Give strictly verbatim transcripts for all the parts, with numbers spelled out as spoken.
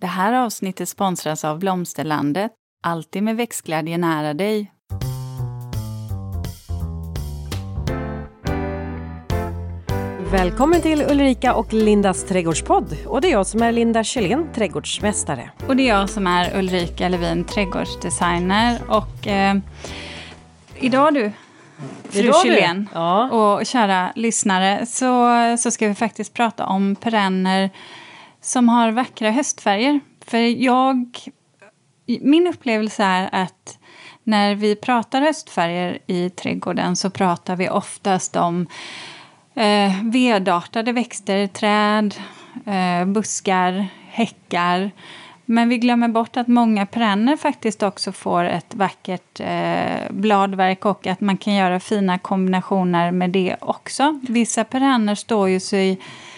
Det här avsnittet sponsras av Blomsterlandet. Alltid med växtglädje nära dig. Välkommen till Ulrika och Lindas trädgårdspodd. Och det är jag som är Linda Kjellén, trädgårdsmästare. Och det är jag som är Ulrika Levin, trädgårdsdesigner. Och eh, idag du, fru Kjellén ja. och kära lyssnare, så, så ska vi faktiskt prata om perenner som har vackra höstfärger. För jag, min upplevelse är att när vi pratar höstfärger i trädgården så pratar vi oftast om eh, vedartade växter, träd, eh, buskar, häckar. Men vi glömmer bort att många perenner faktiskt också får ett vackert eh, bladverk och att man kan göra fina kombinationer med det också. Vissa perenner står ju sig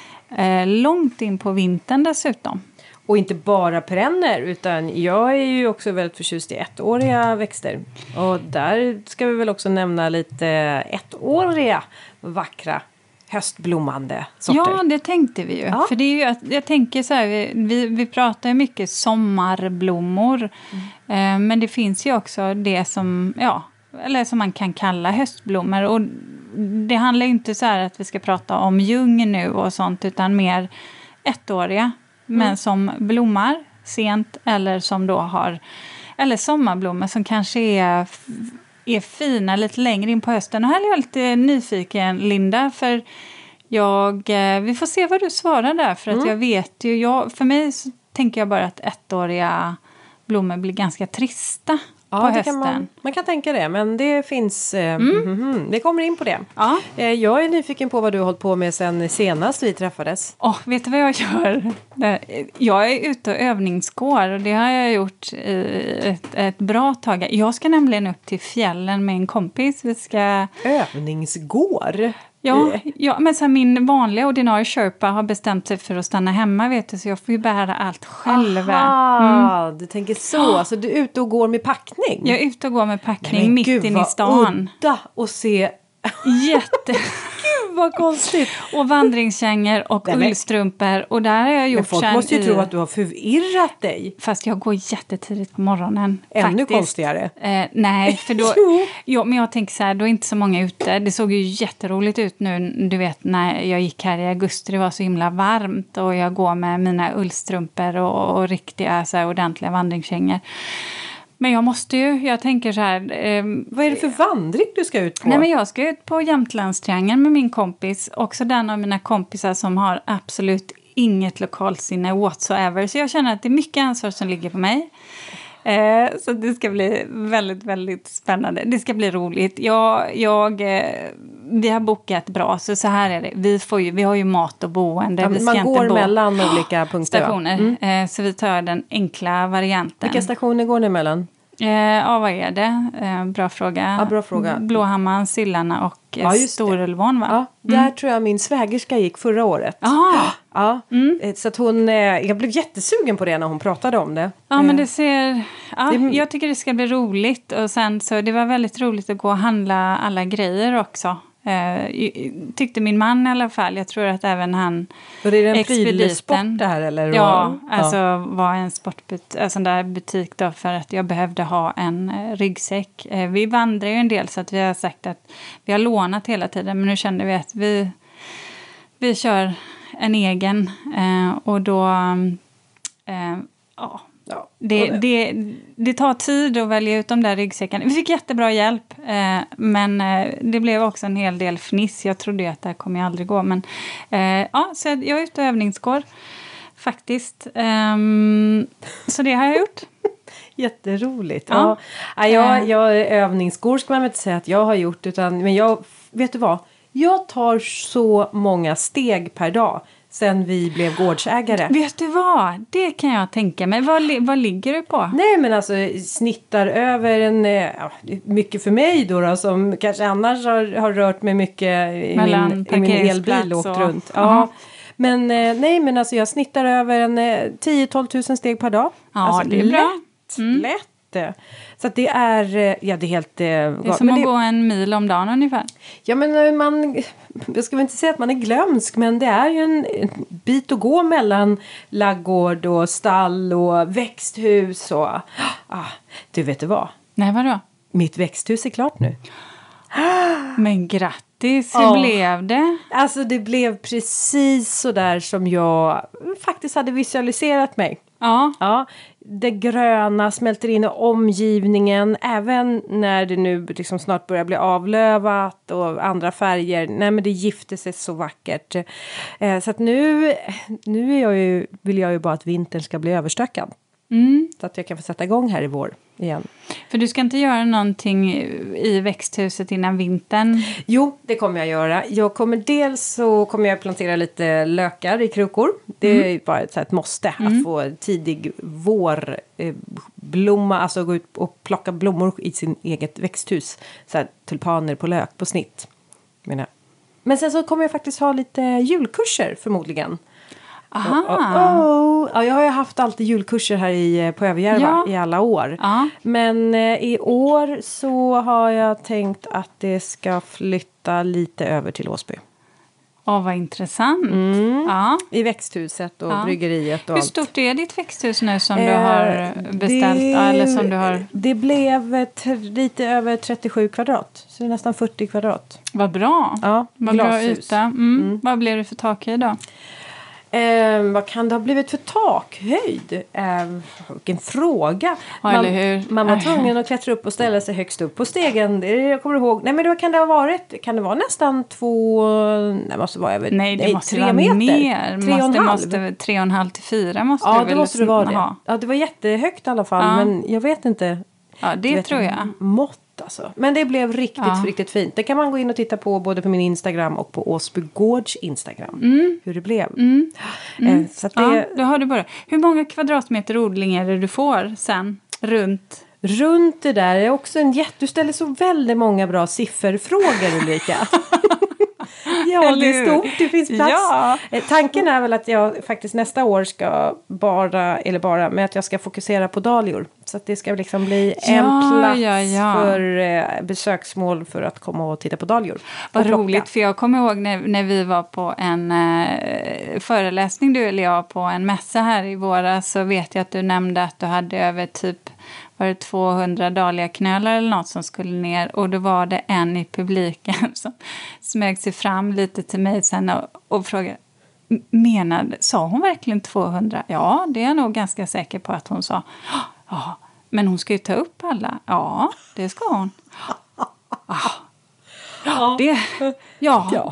eh, långt in på vintern dessutom. Och inte bara perenner, utan jag är ju också väldigt förtjust i ettåriga växter. Och där ska vi väl också nämna lite ettåriga vackra höstblommande sorter. Ja, det tänkte vi ju. Ja. För det är ju att, jag tänker så här, vi, vi, vi pratar ju mycket sommarblommor. Mm. Eh, men det finns ju också det som, ja, eller som man kan kalla höstblommor. Och det handlar ju inte så här att vi ska prata om ljung nu och sånt, utan mer ettåriga. Mm. Men som blommar sent eller som då har, eller sommarblommor som kanske är, är fina lite längre in på hösten. Och här är jag lite nyfiken, Linda, för jag, vi får se vad du svarar där. För att mm. jag vet ju, jag, för mig så tänker jag bara att ettåriga blommor blir ganska trista. Ja, på hösten. Kan man, man kan tänka det, men det finns, eh, mm. Mm, mm, det kommer in på det. Ja. Eh, jag är nyfiken på vad du har hållit på med sen senast vi träffades. Oh, vet du vad jag gör? Jag är ute och övningsgår och det har jag gjort i ett, ett bra tag. Jag ska nämligen upp till fjällen med en kompis. Vi ska... Övningsgår? Ja, ja, men så här, min vanliga ordinarie Sherpa har bestämt sig för att stanna hemma, vet du, så jag får ju bära allt själv. Aha, mm. du tänker så. Alltså du är ute och går med packning? Jag är ute och går med packning. Nej, mitt in i stan. Udda och se... Jätte... Gud vad konstigt. Och vandringskängor och Nej, ullstrumpor. Och där har jag gjort... Men folk måste ju i... tro att du har förvirrat dig. Fast jag går jättetidigt på morgonen. Ännu faktiskt. konstigare. Eh, nej, för då... ja, men jag tänker så här, då är inte så många ute. Det såg ju jätteroligt ut nu, du vet, när jag gick här i augusti. Det var så himla varmt. Och jag går med mina ullstrumpor och, och riktiga så här, ordentliga vandringskängor. Men jag måste ju, jag tänker så här... Eh, vad är det för vandring du ska ut på? Nej, men jag ska ut på Jämtlandstriangeln med min kompis. Också den av mina kompisar som har absolut inget lokalsinne whatsoever. Så jag känner att det är mycket ansvar som ligger på mig. Eh, så det ska bli väldigt, väldigt spännande. Det ska bli roligt. Jag, jag, eh, vi har bokat bra, så så här är det. Vi, får ju, vi har ju mat och boende. Ja, vi ska man inte går bo mellan olika punkter. Stationer. Mm. Eh, så vi tar den enkla varianten. Vilka stationer går ni mellan? Eh, ja, vad är det? Eh, bra fråga. Ja, bra fråga. Blåhamman, Sillarna och eh, ja, Storulvån, va? Ja, där mm. tror jag min svägerska gick förra året. Aha. Ja, mm. så att hon, eh, jag blev jättesugen på det när hon pratade om det. Ja, men det ser, ja, det, jag tycker det ska bli roligt. Och sen så, det var väldigt roligt att gå och handla alla grejer också. Eh, tyckte min man i alla fall. Jag tror att även han... Och det är en prylsport det här, eller? Ja, alltså ja. var en sportbutik, alltså en där butik då, för att jag behövde ha en eh, ryggsäck. Eh, vi vandrar ju en del, så att vi har sagt att vi har lånat hela tiden, men nu kände vi att vi, vi kör en egen. Eh, och då... Eh, ja... Ja, det, det, det tar tid att välja ut de där ryggsäckarna. Vi fick jättebra hjälp, eh, men eh, det blev också en hel del fniss. Jag trodde att det här kommer jag aldrig gå. Men eh, ja, så jag är ute och övningsgår faktiskt. Um, så det har jag gjort. Jätteroligt. Ja. Ja, jag, jag övningsgår ska man inte säga att jag har gjort. Utan, men jag, vet du vad? Jag tar så många steg per dag sen vi blev gårdsägare. Vet du vad? Det kan jag tänka mig. Vad, vad ligger du på? Nej, men alltså snittar över en... Ja, mycket för mig då, då som kanske annars har, har rört mig mycket i min, i min elbil och åkt runt. Ja. Uh-huh. Men nej, men alltså jag snittar över en tio till tolv tusen steg per dag. Ja, alltså, det är bra. Lätt, mm. lätt. det. Så att det är, ja det är helt... Det är som att det, gå en mil om dagen ungefär. Ja men man, jag ska väl inte säga att man är glömsk, men det är ju en, en bit att gå mellan laggård och stall och växthus och... Ah, du vet du vad? Nej, vadå? Mitt växthus är klart nu. Men grattis, hur ja. blev det? Alltså det blev precis så där som jag faktiskt hade visualiserat mig. Ja. Ja, det gröna smälter in i omgivningen, även när det nu liksom snart börjar bli avlövat och andra färger. Nej men det gifter sig så vackert. Eh, så att nu, nu är jag ju, vill jag ju bara att vintern ska bli överstökad. Mm. Så att jag kan få sätta igång här i vår igen. För du ska inte göra någonting i växthuset innan vintern? Jo, det kommer jag göra. Jag kommer dels så kommer jag plantera lite lökar i krukor. Det är mm. bara ett, så här, ett måste mm. att få tidig vår eh, blomma, alltså gå ut och plocka blommor i sin eget växthus. Så här, tulpaner på lök på snitt. Menar. Men sen så kommer jag faktiskt ha lite julkurser förmodligen. Aha. Oh, oh, oh. Ja, jag har ju haft alltid julkurser här i, på Överjärva ja. i alla år. Ja. Men eh, i år så har jag tänkt att det ska flytta lite över till Åsby. Åh, vad intressant. Mm. Ja. I växthuset och ja. bryggeriet och Hur allt. stort är ditt växthus nu som eh, du har beställt? Det, eller som du har... det blev t- lite över trettiosju kvadrat. Så nästan fyrtio kvadrat. Vad bra. Ja, vad bra yta. Mm. Mm. Vad blev det för tak i då? Eh, vad kan det ha blivit för takhöjd? Eh, vilken fråga. Ja, man, eller hur? Man var tvungen att klättra upp och ställa sig högst upp på stegen. Det, jag kommer ihåg. Nej, men vad kan det ha varit? Kan det vara nästan två... Nej, måste vara över... Nej, det nej, måste tre vara meter. mer. Tre och en halv. Måste, tre och en halv till fyra måste ja, det väl. Ja, det måste det vara det. Ha. Ja, det var jättehögt i alla fall. Ja. Men jag vet inte. Ja, det vet tror jag. Mått alltså. Men det blev riktigt, ja. riktigt fint. Det kan man gå in och titta på både på min Instagram och på Åsbygårds Instagram. Mm. Hur det blev. Mm. Mm. Eh, så att det... Ja, då har du bara. Hur många kvadratmeter odling är det du får sen? Runt? Runt det där är också en jätte... Du ställer så väldigt många bra sifferfrågor, Ulrika. Ja, det är stort. Det finns plats. Ja. Tanken är väl att jag faktiskt nästa år ska bara, eller bara, men att jag ska fokusera på dahlior. Så att det ska liksom bli ja, en plats ja, ja. för eh, besöksmål för att komma och titta på dahlior. Vad roligt, för jag kommer ihåg när, när vi var på en eh, föreläsning, du eller jag, på en mässa här i våras, så vet jag att du nämnde att du hade över typ var det tvåhundra dahliaknölar eller något som skulle ner, och då var det en i publiken som smög sig fram lite till mig sen och, och frågade, menade, sa hon verkligen tvåhundra? Ja, det är jag nog ganska säker på att hon sa. Ja, men hon ska ju ta upp alla. Ja, det ska hon. Ja, ja. Det, ja. ja.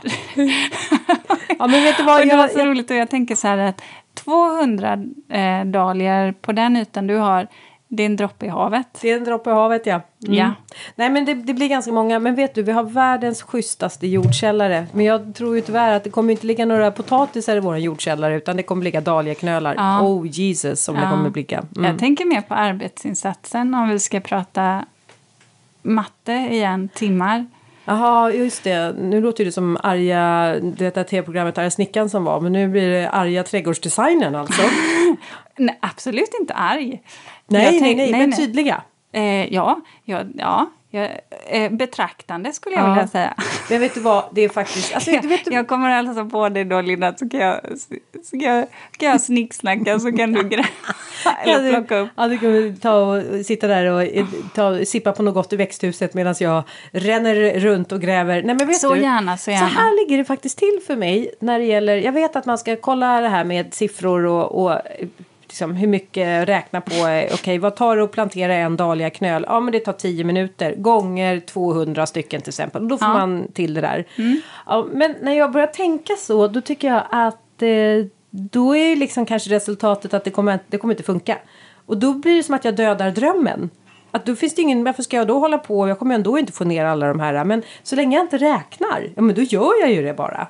Ja, men vet du vad? Och det var så jag, roligt, och jag tänker så här att tvåhundra eh, dahlior på den ytan du har, det är en droppe i havet. Det är en droppe i havet, ja. Mm. Ja. Nej, men det, det blir ganska många. Men vet du, vi har världens schysstaste jordkällare. Men jag tror ju tyvärr att det kommer inte ligga några potatisar i våra jordkällare. Utan det kommer ligga dahliaknölar. Ja. Oh Jesus, som ja. det kommer ligga. Mm. Jag tänker mer på arbetsinsatsen om vi ska prata matte igen, timmar. Jaha, just det. Nu låter det som arga, det här tv-programmet Arga snickaren som var. Men nu blir det arga trädgårdsdesignen alltså. Nej, absolut inte arg. Nej, tänk, nej, nej, nej, men nej. tydliga. Eh, ja, ja, ja, ja eh, betraktande skulle jag ja. vilja säga. Men vet du vad, det är faktiskt... Alltså, du vet, jag, jag kommer alltså på dig då, Linda, så kan jag, så kan jag, kan jag snicksnacka, så kan du gräva eller ja, plocka upp. Ja, du kan ta och sitta där och ta, sippa på något gott i växthuset medan jag ränner runt och gräver. Nej, men vet så du, gärna, så gärna. Så här ligger det faktiskt till för mig när det gäller... Jag vet att man ska kolla det här med siffror och... och liksom, hur mycket räkna på, okej, okay, vad tar det att plantera en dahliaknöl? Ja, men det tar tio minuter, gånger tvåhundra stycken till exempel. Och då får ja. man till det där. Mm. Ja, men när jag börjar tänka så, då tycker jag att eh, då är liksom kanske resultatet att det kommer, det kommer inte funka. Och då blir det som att jag dödar drömmen. Att då finns det ingen, varför ska jag då hålla på? Jag kommer ändå inte få ner alla de här. Men så länge jag inte räknar, ja men då gör jag ju det bara.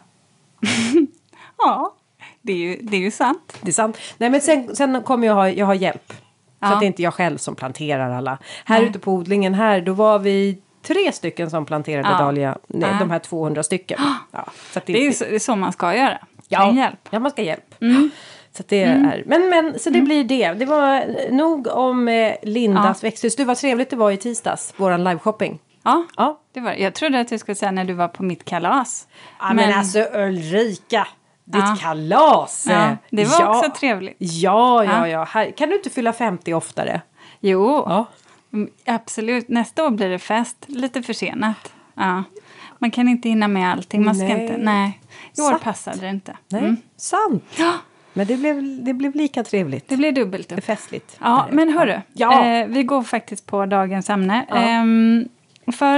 Ja. Det är, ju, det är ju sant. Det är sant. Nej, men sen, sen kommer jag ha, jag ha hjälp. Ja. Så att det är inte jag själv som planterar alla. Här Nej. ute på odlingen här, då var vi tre stycken som planterade ja. dahlia. Nej, ja. de här tvåhundra stycken. Ja, så att det, det, är ju så, det är så man ska göra. Ja, hjälp. ja man ska ha hjälp. Mm. Så det mm. är, men, men så det mm. blir det. Det var nog om eh, Lindas ja. växthus. Du, var trevligt det var i tisdags, våran liveshopping. Ja, ja, det var jag trodde att du skulle säga när du var på mitt kalas. Ja, men, men alltså Ulrika, ditt ja. kalas. Ja, det var ja. också trevligt. Ja, ja, ja. Här, kan du inte fylla femtio oftare? Jo, ja. absolut. Nästa år blir det fest. Lite försenat. Ja. Man kan inte hinna med allting. Man ska nej. inte, nej. I år passade det inte. Nej, mm. sant. Ja. Men det blev, det blev lika trevligt. Det blev dubbelt upp. Det är festligt. Ja, men hörru. Ja. Eh, vi går faktiskt på dagens ämne. Ja. Eh, för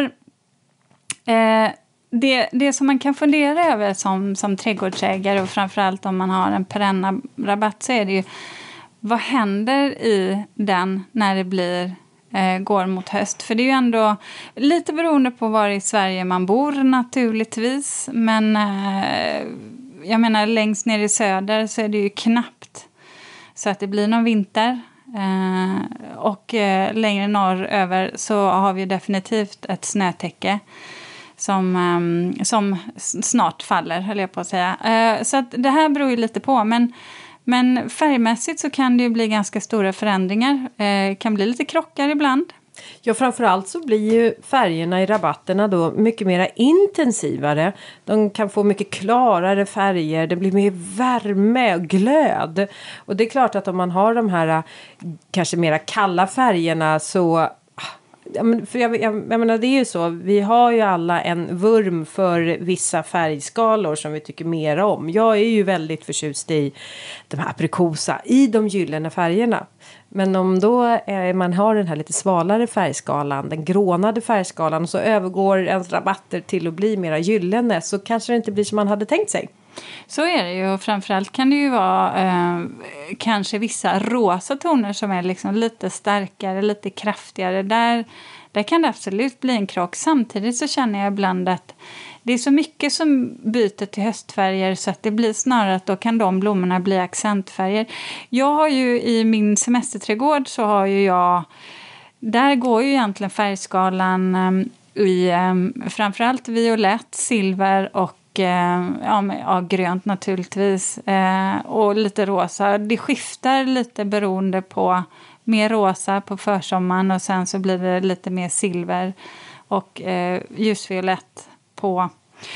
eh, det, det som man kan fundera över som, som trädgårdsägare och framförallt om man har en perenna rabatt så är det ju vad händer i den när det blir eh, går mot höst? För det är ju ändå lite beroende på var i Sverige man bor naturligtvis. Men eh, jag menar längst ner i söder så är det ju knappt så att det blir någon vinter. Eh, och eh, längre norröver så har vi definitivt ett snötäcke som, eh, som snart faller, höll jag på att säga. Eh, så att det här beror ju lite på, men, men färgmässigt så kan det ju bli ganska stora förändringar. Eh, kan bli lite krockar ibland. Ja, framförallt så blir ju färgerna i rabatterna då mycket mer intensivare. De kan få mycket klarare färger. Det blir mer värme och glöd. Och det är klart att om man har de här kanske mera kalla färgerna så... För jag, jag, jag menar det är ju så, vi har ju alla en vurm för vissa färgskalor som vi tycker mer om. Jag är ju väldigt förtjust i de här aprikosa, i de gyllene färgerna. Men om då eh, man har den här lite svalare färgskalan, den grånade färgskalan och så övergår ens rabatter till att bli mera gyllene så kanske det inte blir som man hade tänkt sig. Så är det ju och framförallt kan det ju vara eh, kanske vissa rosa toner som är liksom lite starkare, lite kraftigare. Där, där kan det absolut bli en krock. Samtidigt så känner jag ibland att det är så mycket som byter till höstfärger så att det blir snarare att då kan de blommorna bli accentfärger. Jag har ju i min semesterträdgård så har ju jag, där går ju egentligen färgskalan eh, i eh, framförallt violett, silver och Ja, men, ja, grönt naturligtvis eh, och lite rosa. Det skiftar lite beroende på mer rosa på försommaren och sen så blir det lite mer silver och eh, ljusviolett på,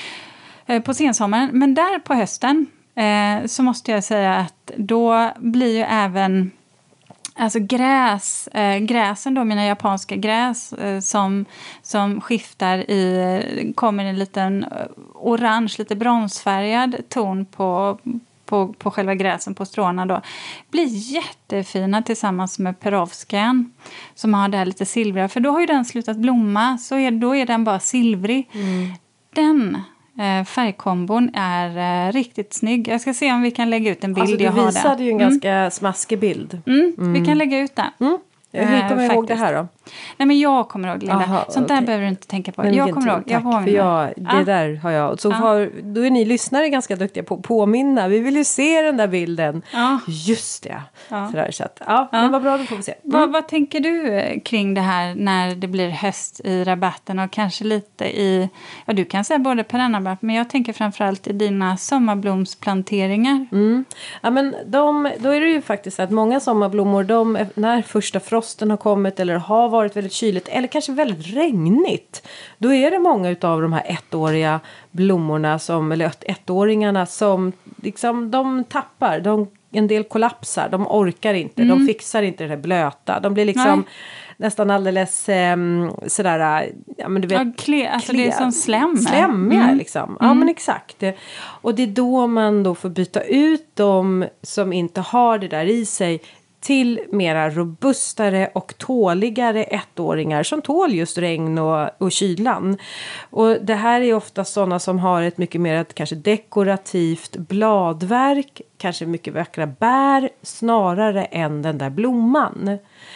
eh, på sensommaren. Men där på hösten eh, så måste jag säga att då blir ju även alltså gräs, eh, gräsen då, mina japanska gräs eh, som, som skiftar i, kommer en liten orange, lite bronsfärgad ton på, på, på själva gräsen på stråna då. Blir jättefina tillsammans med perovskan som har det här lite silvriga. För då har ju den slutat blomma så är, då är den bara silvrig. Mm. Den Eh, färgkombon är eh, riktigt snygg. Jag ska se om vi kan lägga ut en bild. Alltså, du jag har visade ju en mm. ganska smaskig bild. Mm, mm. Vi kan lägga ut den. Mm. Hur kommer du ihåg det här då? Nej, men jag kommer ihåg, Linda. Aha, Sånt där okay. behöver du inte tänka på. Men jag kommer ihåg. Jag tack, för jag, det ah. där har jag. Så ah. har, då är ni lyssnare ganska duktiga på att påminna. Vi vill ju se den där bilden. Ah. Just det. Ah. Sådär, så att, ja, ah. men vad bra, då får vi se. Mm. Vad, vad tänker du kring det här när det blir höst i rabatten och kanske lite i, ja du kan säga både perennrabatt, men jag tänker framförallt i dina sommarblomsplanteringar. Mm. Ja, men de, då är det ju faktiskt att många sommarblommor, de, när första frosten har kommit eller har varit väldigt kyligt eller kanske väldigt regnigt, då är det många av de här ettåriga blommorna som, eller ettåringarna som liksom, de tappar, de, en del kollapsar, de orkar inte, mm. de fixar inte det här blöta, de blir liksom Nej. nästan alldeles eh, sådär, ja men du vet, ja, kle, alltså kle, det är som slem. Slemmiga mm. liksom, ja mm. men exakt. Och det är då man då får byta ut de som inte har det där i sig till mera robustare och tåligare ettåringar som tål just regn och, och kylan. Och det här är ofta sådana som har ett mycket mer ett kanske dekorativt bladverk, kanske mycket vackra bär snarare än den där blomman.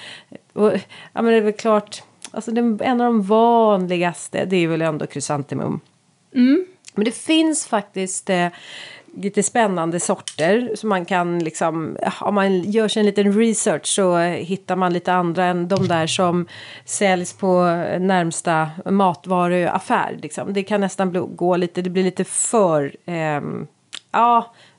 Och ja, men det är väl klart, alltså den, en av de vanligaste, det är väl ändå krysantemum. Mm. Men det finns faktiskt eh, lite spännande sorter som man kan liksom, om man gör sig en liten research så hittar man lite andra än de där som säljs på närmsta matvaruaffär liksom. Det kan nästan bli, gå lite, det blir lite för eh, ja,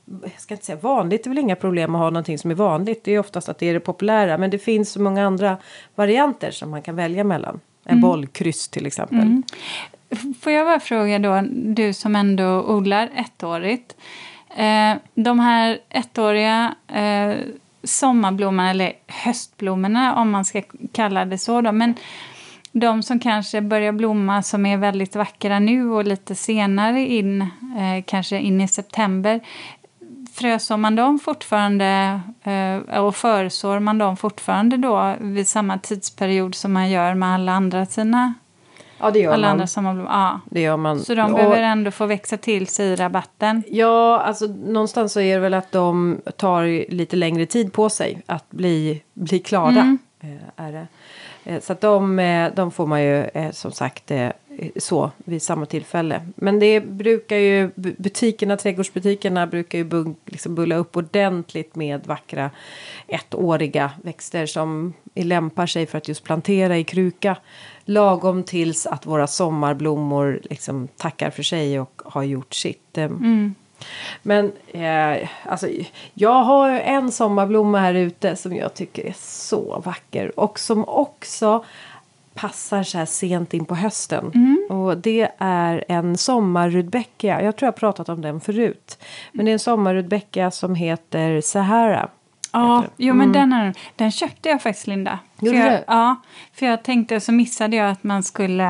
jag ska inte säga vanligt, det är väl inga problem att ha någonting som är vanligt. Det är oftast att det är det populära. Men det finns så många andra varianter som man kan välja mellan. En mm. bollkryss till exempel. Mm. Får jag bara fråga då, du som ändå odlar ettårigt. Eh, de här ettåriga eh, sommarblommorna eller höstblommorna om man ska kalla det så då. Men de som kanske börjar blomma som är väldigt vackra nu och lite senare in, eh, kanske in i september. Frösår man dem fortfarande eh, och försår man dem fortfarande då vid samma tidsperiod som man gör med alla andra sina Ja, det gör alla man. andra sommarblom. Ja. Det gör man. Så de och, behöver ändå få växa till sig i rabatten. Ja, alltså någonstans så är det väl att de tar lite längre tid på sig att bli, bli klara. Mm. Är det. Så att de, de får man ju som sagt så vid samma tillfälle. Men det brukar ju butikerna, trädgårdsbutikerna brukar ju bung, liksom bulla upp ordentligt med vackra ettåriga växter som lämpar sig för att just plantera i kruka. Lagom tills att våra sommarblommor liksom tackar för sig och har gjort sitt. Mm. Men eh, alltså, jag har en sommarblomma här ute som jag tycker är så vacker. Och som också passar så här sent in på hösten. Mm. Och det är en sommarrudbeckia. Jag tror jag har pratat om den förut. Men det är en sommarrudbeckia som heter Sahara. Ja, jo, men mm. den, den köpte jag faktiskt, Linda. Gjorde för jag, du? Ja, för jag tänkte så missade jag att man skulle...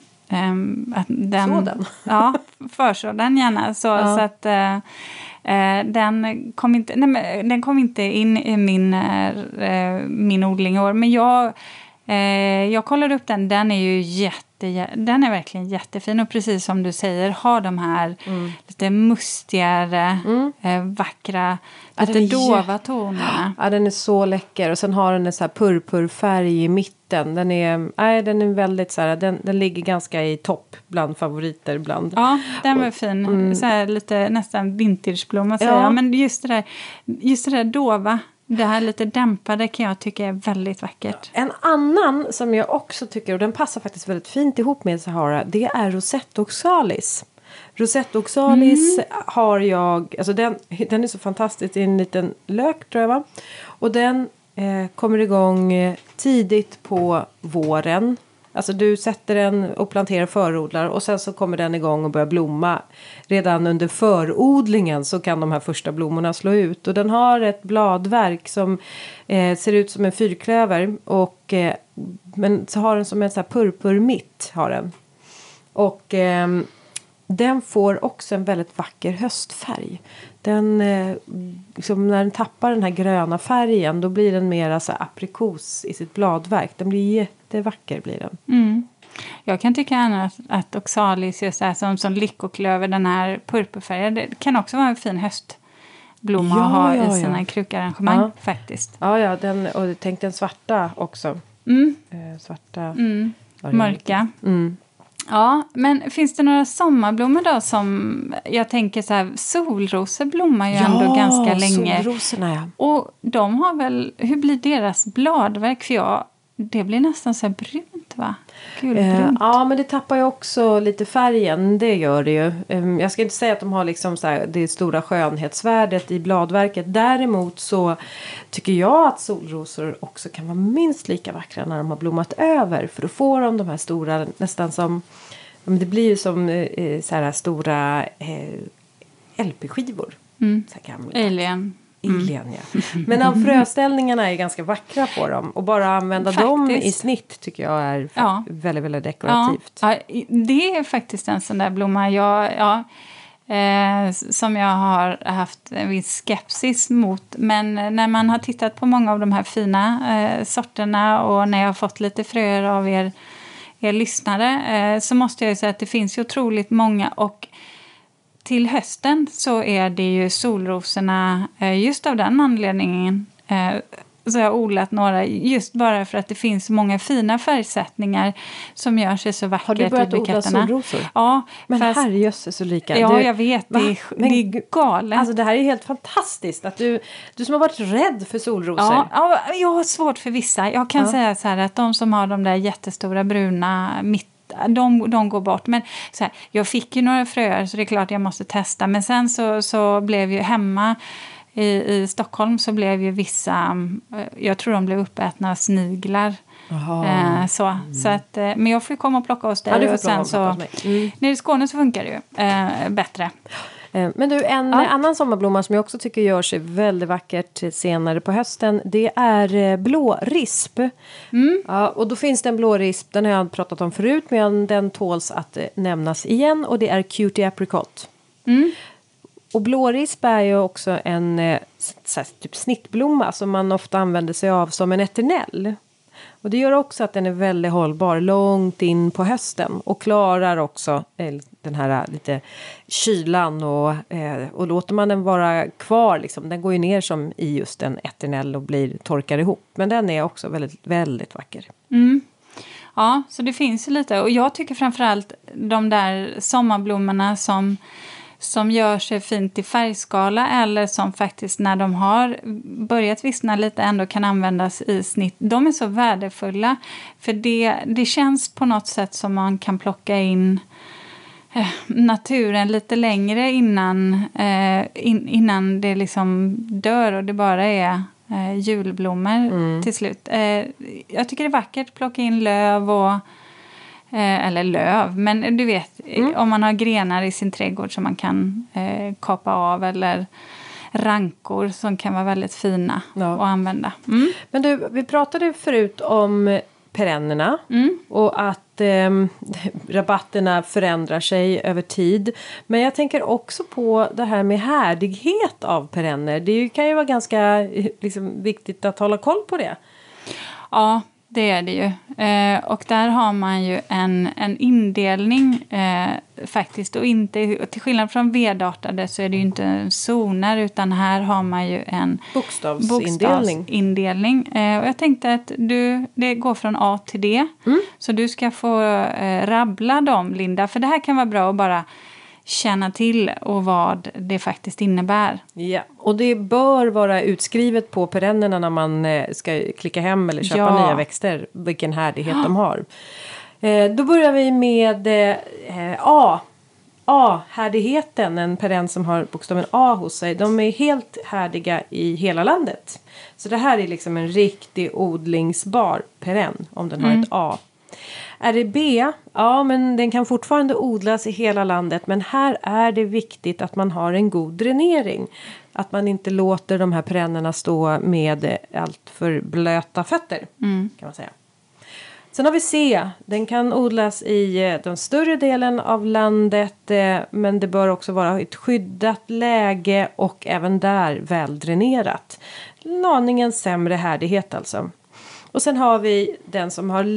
Um, att den, så den? Ja, förså den gärna. Så, ja. så att uh, uh, den, kom inte, nej, den kom inte in i min, uh, min odling i år. Men jag, uh, jag kollade upp den. Den är ju jätte, den är verkligen jättefin. Och precis som du säger, har de här mm. lite mustigare, mm. uh, vackra, lite ja, dova tonerna. Ja, den är så läcker. Och sen har den en så här purpurfärg i mitten. Den är, nej, den är väldigt så här, den, den ligger ganska i topp bland favoriter ibland. Ja, den var och, fin. Mm. Så här, lite nästan vintageblomma säger ja. jag. Men just det där, just det där dova, det här lite dämpade kan jag tycka är väldigt vackert. En annan som jag också tycker, och den passar faktiskt väldigt fint ihop med Sahara, det är Rosette Oxalis. Rosette Oxalis mm. har jag, alltså den, den är så fantastisk, det är en liten lök tror jag va. Och den eh, kommer igång eh, tidigt på våren. Alltså du sätter den och planterar förodlar och sen så kommer den igång och börjar blomma. Redan under förodlingen så kan de här första blommorna slå ut. Och den har ett bladverk som eh, ser ut som en fyrklöver. Och, eh, men så har den som en så här purpurmitt har den. Och... Eh, Den får också en väldigt vacker höstfärg. Den, eh, liksom när den tappar den här gröna färgen då blir den mer så här aprikos i sitt bladverk. Den blir jättevacker blir den. Mm. Jag kan tycka att, att Oxalis just är som, som lyckoklöver, den här purpurfärgen. Det kan också vara en fin höstblomma ja, att ha ja, i sina ja. krukarrangemang ja. faktiskt. Ja, ja den, och tänk den svarta också. Mm. Eh, svarta. Mm. Mörka. Mm. Ja, men finns det några sommarblommor då som, jag tänker så här, solrosor blommar ju ja, ändå ganska länge. Ja, solrosorna ja. Och de har väl, hur blir deras bladverk? För jag, det blir nästan så här brunt va? Gulbrunt. Eh, ja, men det tappar ju också lite färgen, det gör det ju. Eh, jag ska inte säga att de har liksom så här, det stora skönhetsvärdet i bladverket. Däremot så tycker jag att solrosor också kan vara minst lika vackra när de har blommat över. För då får de de här stora, nästan som, det blir ju som eh, så här stora eh, L P-skivor. Mm. Så här gamla. Alien. Alien, mm. ja. Men av fröställningarna är ganska vackra på dem. Och bara använda faktiskt. dem i snitt tycker jag är ja. väldigt, väldigt dekorativt. Ja. Ja, det är faktiskt en sån där blomma jag, ja, eh, som jag har haft en viss skepsis mot. Men när man har tittat på många av de här fina eh, sorterna och när jag har fått lite fröer av er, er lyssnare eh, så måste jag ju säga att det finns ju otroligt många. Och till hösten så är det ju solrosorna just av den anledningen så jag har odlat några just bara för att det finns så många fina färgsättningar som gör sig så vackert. Har du börjat odla solrosor? Ja. Men fast, herrejösses Ulrika. Ja, du, jag vet. Det är, men, det är galet. Alltså det här är helt fantastiskt. Att du, du som har varit rädd för solrosor. Ja, ja jag har svårt för vissa. Jag kan ja. säga så här att de som har de där jättestora bruna mitt de, de går bort. Men så här, jag fick ju några fröer så det är klart jag måste testa. Men sen så, så blev ju hemma i, i Stockholm så blev ju vissa, jag tror de blev uppätna sniglar. Eh, så, mm. så att, eh, men jag får komma och plocka hos dig. Ja, och sen så, mm. nere i Skåne så funkar det ju eh, bättre. Men du, en ja. annan sommarblomma som jag också tycker gör sig väldigt vackert senare på hösten, det är blårisp. Mm. Ja, och då finns det en blårisp, den har jag pratat om förut, men den tåls att nämnas igen, och det är Cutie Apricot. Mm. Och blårisp är ju också en så här, typ snittblomma som man ofta använder sig av som en eternell. Och det gör också att den är väldigt hållbar långt in på hösten. Och klarar också eh, den här lite kylan. Och, eh, och låter man den vara kvar, liksom, den går ju ner som i just en eternell och blir torkar ihop. Men den är också väldigt, väldigt vacker. Mm. Ja, så det finns ju lite. Och jag tycker framförallt de där sommarblommorna som... som gör sig fint i färgskala eller som faktiskt när de har börjat vissna lite ändå kan användas i snitt. De är så värdefulla för det, det känns på något sätt som man kan plocka in eh, naturen lite längre innan, eh, in, innan det liksom dör och det bara är eh, julblommor mm. till slut. Eh, jag tycker det är vackert att plocka in löv och Eh, eller löv, men du vet mm. om man har grenar i sin trädgård som man kan eh, kapa av eller rankor som kan vara väldigt fina ja. att använda. Mm. Men du, vi pratade förut om perennerna mm. och att eh, rabatterna förändrar sig över tid. Men jag tänker också på det här med härdighet av perenner. Det kan ju vara ganska liksom, viktigt att hålla koll på det. Ja, det är det ju. Eh, och där har man ju en, en indelning eh, faktiskt. Och inte, till skillnad från vedartade så är det ju inte zoner utan här har man ju en bokstavsindelning. bokstavsindelning. Eh, och jag tänkte att du, det går från A till D. Mm. Så du ska få eh, rabbla dem, Linda. För det här kan vara bra att bara känna till och vad det faktiskt innebär. Ja, och det bör vara utskrivet på perennerna när man ska klicka hem eller köpa ja. nya växter, vilken härdighet ja. de har. Eh, då börjar vi med eh, A. A-härdigheten, en perenn som har bokstaven A hos sig. De är helt härdiga i hela landet. Så det här är liksom en riktig odlingsbar perenn om den mm. har ett A. Är det B? Ja, men den kan fortfarande odlas i hela landet. Men här är det viktigt att man har en god dränering. Att man inte låter de här perennerna stå med allt för blöta fötter. Mm. Kan man säga. Sen har vi C. Den kan odlas i den större delen av landet. Men det bör också vara ett skyddat läge. Och även där väldränerat. En aningen sämre härdighet alltså. Och sen har vi den som har,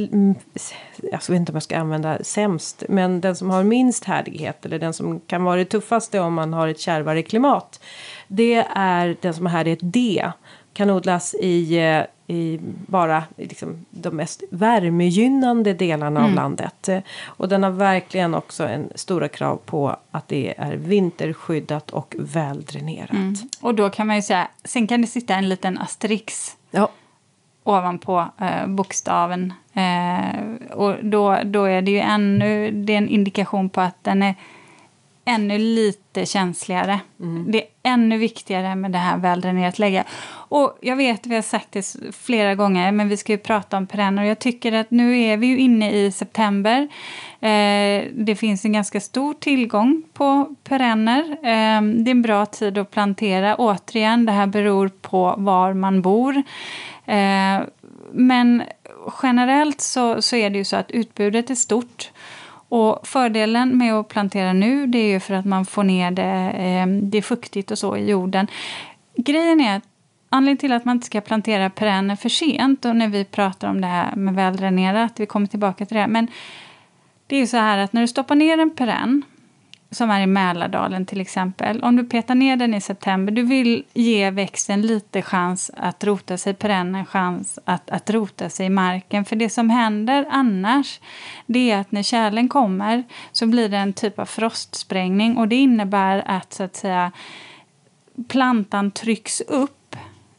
jag vet inte om jag ska använda sämst, men den som har minst härdighet eller den som kan vara det tuffaste om man har ett kärvare klimat. Det är den som har härdighet D. Kan odlas i, i bara liksom de mest värmegynnande delarna mm. av landet. Och den har verkligen också en stora krav på att det är vinterskyddat och väldränerat. Mm. Och då kan man ju säga, sen kan det sitta en liten asterix. Ja. Ovanpå eh, bokstaven. Eh, och då, då är det ju ännu, det är en indikation på att den är ännu lite känsligare. Mm. Det är ännu viktigare med det här väldränerat läge. Och jag vet, vi har sagt det flera gånger, men vi ska ju prata om perenner. Och jag tycker att nu är vi ju inne i september. Eh, det finns en ganska stor tillgång på perenner. Eh, det är en bra tid att plantera. Återigen, det här beror på var man bor. Eh, men generellt så, så är det ju så att utbudet är stort. Och fördelen med att plantera nu, det är ju för att man får ner det, eh, det är fuktigt och så i jorden. Grejen är att anledningen till att man inte ska plantera perenner för sent, och när vi pratar om det här med väldränerat, vi kommer tillbaka till det. Men det är ju så här att när du stoppar ner en perenn, som är i Mälardalen till exempel. Om du petar ner den i september, du vill ge växten lite chans att rota sig, perennen chans att, att rota sig i marken. För det som händer annars, det är att när kärlen kommer så blir det en typ av frostsprängning. Och det innebär att så att säga plantan trycks upp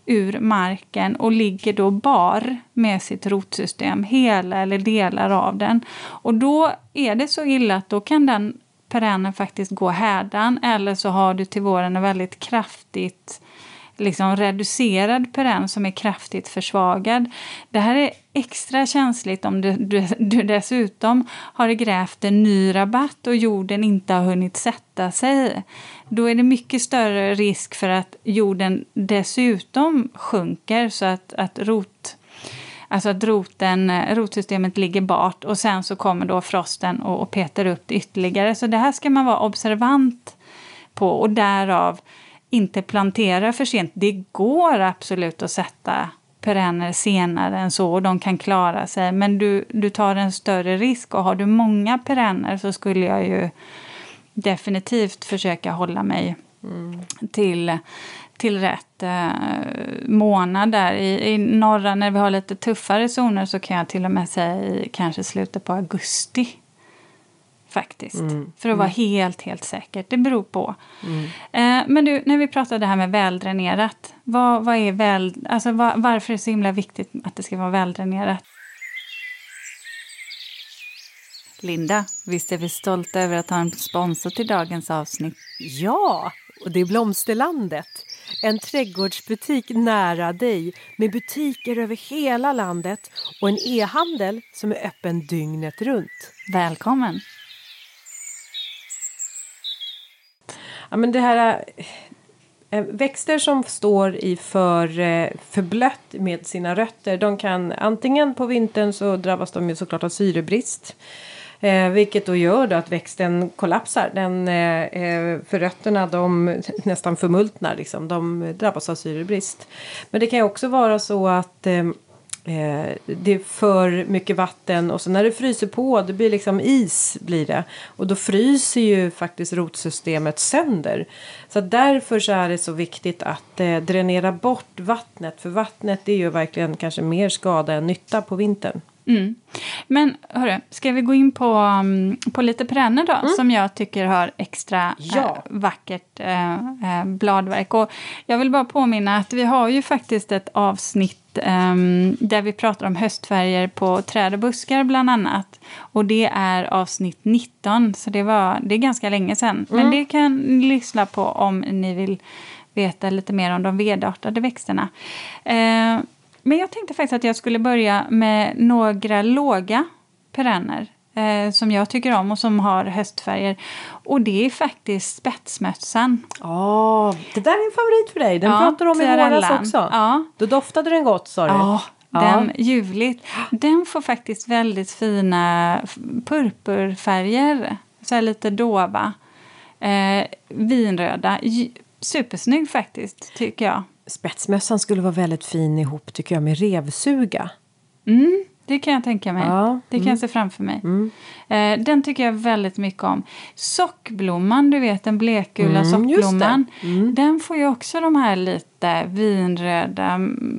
ur marken och ligger då bar med sitt rotsystem, hela eller delar av den. Och då är det så illa att då kan den perennen faktiskt gå härdan, eller så har du till våren en väldigt kraftigt liksom reducerad perenn som är kraftigt försvagad. Det här är extra känsligt om du, du, du dessutom har grävt en ny rabatt och jorden inte har hunnit sätta sig. Då är det mycket större risk för att jorden dessutom sjunker så att, att rot... Alltså att roten, rotsystemet ligger bart och sen så kommer då frosten och, och petar upp det ytterligare. Så det här ska man vara observant på och därav inte plantera för sent. Det går absolut att sätta perenner senare än så och de kan klara sig. Men du, du tar en större risk och har du många perenner så skulle jag ju definitivt försöka hålla mig mm. till... till rätt eh, månad där. I, I norra, när vi har lite tuffare zoner, så kan jag till och med säga i kanske slutet på augusti. Faktiskt. Mm. För att vara mm. helt, helt säkert. Det beror på. Mm. Eh, men du, när vi pratade det här med väldränerat. Vad, vad är väl, alltså var, varför är det så himla viktigt att det ska vara väldränerat? Linda, visst är vi stolta över att ha en sponsor till dagens avsnitt? Ja, och det är Blomsterlandet. En trädgårdsbutik nära dig med butiker över hela landet och en e-handel som är öppen dygnet runt. Välkommen! Ja, men det här äh, växter som står i för, äh, för blött med sina rötter, de kan antingen på vintern så drabbas de ju såklart av syrebrist. Eh, vilket då gör då att växten kollapsar. Den, eh, för rötterna de nästan förmultnar. Liksom. De drabbas av syrebrist. Men det kan ju också vara så att eh, det är för mycket vatten. Och så när det fryser på, det blir liksom is blir det. Och då fryser ju faktiskt rotsystemet sönder. Så därför så är det så viktigt att eh, dränera bort vattnet. För vattnet det gör verkligen kanske mer skada än nytta på vintern. Mm. Men hörru, ska vi gå in på, um, på lite perenner då, mm. som jag tycker har extra ja. äh, vackert äh, äh, bladverk. Och jag vill bara påminna att vi har ju faktiskt ett avsnitt ähm, där vi pratar om höstfärger på träd och buskar bland annat. Och det är avsnitt nitton, så det, var, det är ganska länge sedan. Mm. Men det kan ni lyssna på om ni vill veta lite mer om de vedartade växterna. Äh, Men jag tänkte faktiskt att jag skulle börja med några låga perenner eh, som jag tycker om och som har höstfärger. Och det är faktiskt spetsmössan. Ja, oh, det där är en favorit för dig. Den ja, pratar om i våras också. Ja. Då doftade den gott, sa du. Ja, den ja. ljuvligt. Den får faktiskt väldigt fina purpurfärger. Så här lite dova. Eh, vinröda. Supersnygg faktiskt, tycker jag. Spetsmössan skulle vara väldigt fin ihop tycker jag med revsuga. Mm, det kan jag tänka mig. Ja, det kan mm. jag se framför mig. Mm. Eh, den tycker jag väldigt mycket om. Sockblomman, du vet den blekgula mm, sockblomman. Mm. Den får ju också de här lite vinröda,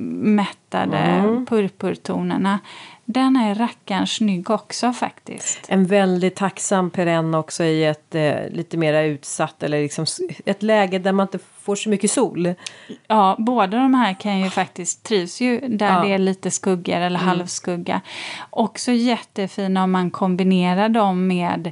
mättade mm. purpurtonerna. Den är rackarns snygg också faktiskt. En väldigt tacksam perenn också i ett eh, lite mer utsatt eller liksom ett läge där man inte får så mycket sol. Ja, båda de här kan ju faktiskt trivs ju där ja. det är lite skuggor eller mm. halvskugga. Också jättefina om man kombinerar dem med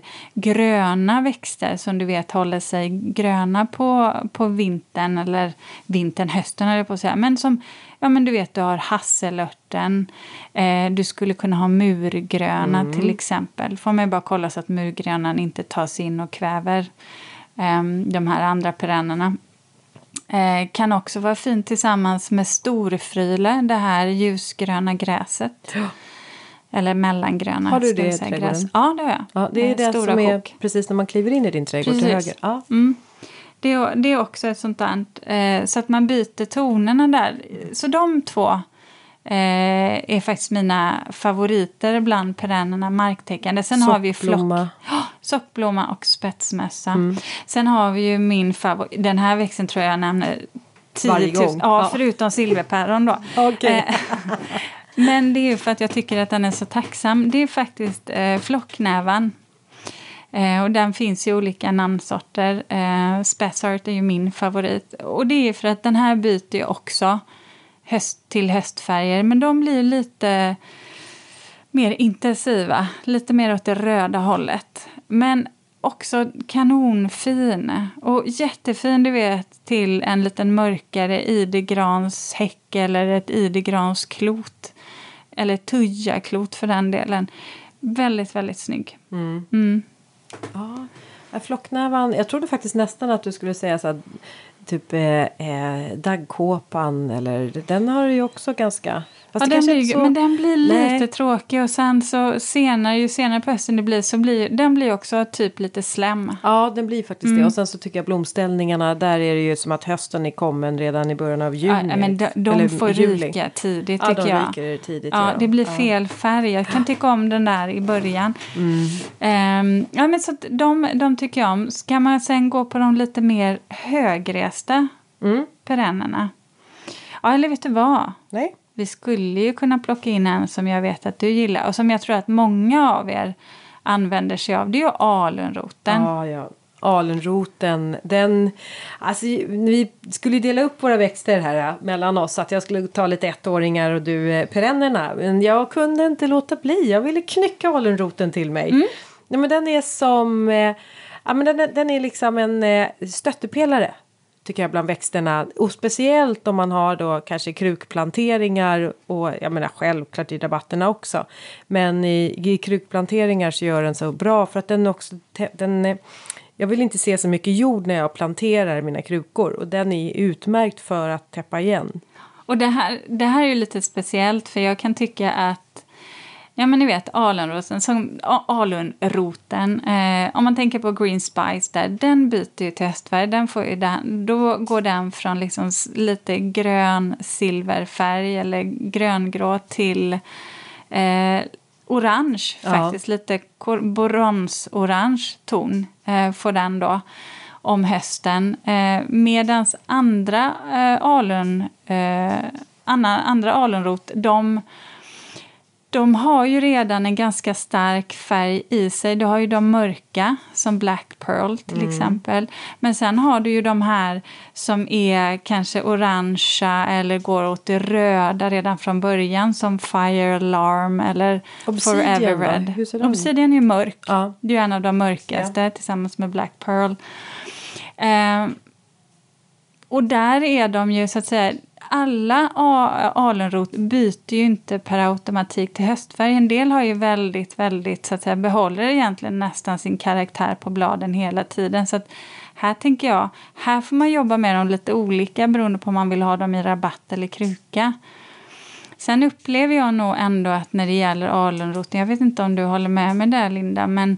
gröna växter som du vet håller sig gröna på, på vintern eller vintern, hösten eller på att säga. Men som, ja men du vet du har hasselörten, eh, du skulle kunna ha murgröna mm. till exempel. Får man bara kolla så att murgrönan inte tas in och kväver eh, de här andra perennerna. Eh, kan också vara fint tillsammans med storfryle, det här ljusgröna gräset. Ja. Eller mellangröna. Har du det i trädgården? Ja, det har jag. Ja, det är det, det som är kok. Precis när man kliver in i din trädgård till höger. Ja. Mm. Det, är, det är också ett sånt där, eh, så att man byter tonerna där. Så de två eh, är faktiskt mina favoriter bland perennerna marktäckande. Sen sockblomma. har vi flock. Oh, sockblomma och spetsmössa. Mm. Sen har vi ju min favorit. Den här växten tror jag nämner varje gång. Ja, ja, förutom silverpäron då. Okay. Men det är ju för att jag tycker att den är så tacksam. Det är faktiskt eh, flocknävan. Eh, och den finns ju olika namnsorter. Eh, Spessart är ju min favorit. Och det är för att den här byter ju också höst, till höstfärger. Men de blir lite mer intensiva. Lite mer åt det röda hållet. Men också kanonfin. Och jättefin, du vet, till en liten mörkare idegranshäck eller ett idegransklot. Eller tujaklot för den delen. Väldigt, väldigt snygg. Mm. Mm. Ja, flocknävan. Jag trodde faktiskt nästan att du skulle säga så här, typ eh, eh, daggkåpan eller den har ju också ganska. Ja, den blir, så... Men den blir lite Nej. tråkig och sen så senare, ju senare på hösten det blir så blir den blir också typ lite slem. Ja, den blir faktiskt mm. det. Och sen så tycker jag blomställningarna, där är det ju som att hösten är kommen redan i början av juni. Ja, men de, de får juli. Rika tidigt ja, tycker jag. Ja, de ryker tidigt. Ja, ja. det blir fel färg. Jag kan tycka om den där i början. Mm. Um, ja, men så att de, de tycker jag om. Ska man sen gå på de lite mer högresta mm. perennerna? Ja, eller vet du vad? Nej. Vi skulle ju kunna plocka in en som jag vet att du gillar. Och som jag tror att många av er använder sig av. Det är ju alunroten. Ja, ja. Alunroten. Den, alltså, vi skulle dela upp våra växter här mellan oss. Att jag skulle ta lite ettåringar och du eh, perennerna. Men jag kunde inte låta bli. Jag ville knycka alunroten till mig. Mm. Ja, men den är som... Eh, ja, men den, den är liksom en eh, stöttepelare. Tycker jag bland växterna. Och speciellt om man har då kanske krukplanteringar. Och jag menar självklart i rabatterna också. Men i, i krukplanteringar så gör den så bra. För att den också... Den, jag vill inte se så mycket jord när jag planterar mina krukor. Och den är utmärkt för att täppa igen. Och det här, det här är ju lite speciellt. För jag kan tycka att... Ja, men ni vet, alunroten, som, alunroten eh, om man tänker på Green Spice där, den byter ju till höstfärg. Den får ju den, då går den från liksom lite grön silverfärg eller gröngrå till eh, orange faktiskt. Ja. Lite bronsorange ton eh, får den då om hösten. Eh, medans andra eh, alun, eh, andra, andra alunrot, de... De har ju redan en ganska stark färg i sig. Du har ju de mörka, som Black Pearl till mm. exempel. Men sen har du ju de här som är kanske orangea eller går åt det röda redan från början. Som Fire Alarm eller Obsidian, Forever Red. Hur ser de? Obsidian är ju mörk. Ja. Det är en av de mörkaste ja. Tillsammans med Black Pearl. Eh, och där är de ju så att säga... Alla alunrot byter ju inte per automatik till höstfärg. En del har ju väldigt, väldigt så att säga behåller egentligen nästan sin karaktär på bladen hela tiden. Så att här tänker jag, här får man jobba med dem lite olika beroende på om man vill ha dem i rabatt eller kruka. Sen upplever jag nog ändå att när det gäller alunroten, jag vet inte om du håller med mig där Linda, men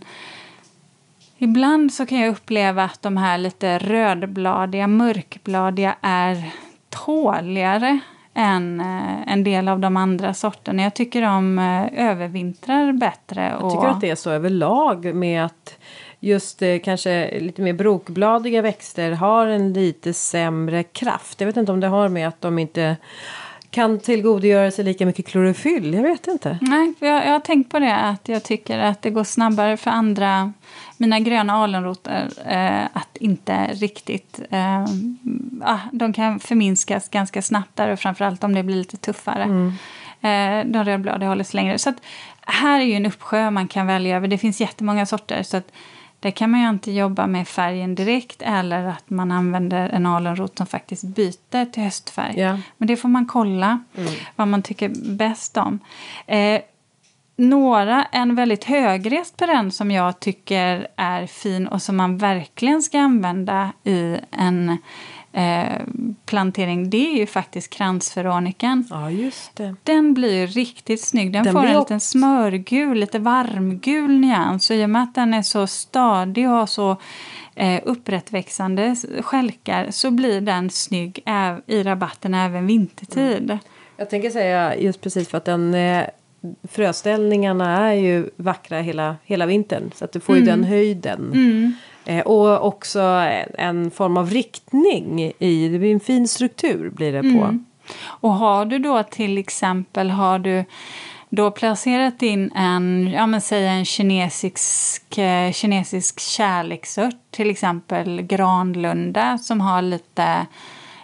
ibland så kan jag uppleva att de här lite rödbladiga, mörkbladiga är tåligare än eh, en del av de andra sorterna. Jag tycker de eh, övervintrar bättre. Jag tycker och... att det är så överlag med att just eh, kanske lite mer brokbladiga växter har en lite sämre kraft. Jag vet inte om det har med att de inte kan tillgodogöra sig lika mycket klorofyll. Jag vet inte. Nej, för jag, jag har tänkt på det att jag tycker att det går snabbare för andra, mina gröna alunrotor eh, att inte riktigt eh, ah, de kan förminskas ganska snabbt där och framförallt om det blir lite tuffare. Mm. Eh, de rödbladiga håller sig längre. Så att här är ju en uppsjö man kan välja över. Det finns jättemånga sorter så att där kan man ju inte jobba med färgen direkt eller att man använder en alunrot som faktiskt byter till höstfärg. Yeah. Men det får man kolla mm. vad man tycker bäst om. Eh, några, en väldigt högrest perenn som jag tycker är fin och som man verkligen ska använda i en eh, plantering, det är ju faktiskt kransferonikan. Ja, just det. Den blir ju riktigt snygg. Den, den får en också... liten smörgul, lite varmgul nyans. Och i och med att den är så stadig och har så eh, upprättväxande skälkar så blir den snygg äv- i rabatten även vintertid. Mm. Jag tänker säga just precis för att den... Eh... fröställningarna är ju vackra hela, hela vintern. Så att du får mm. ju den höjden. Mm. Eh, och också en, en form av riktning i. Det blir en fin struktur blir det på. Mm. Och har du då till exempel har du då placerat in en, ja men säg en kinesisk, eh, kinesisk kärleksört. Till exempel granlunda som har lite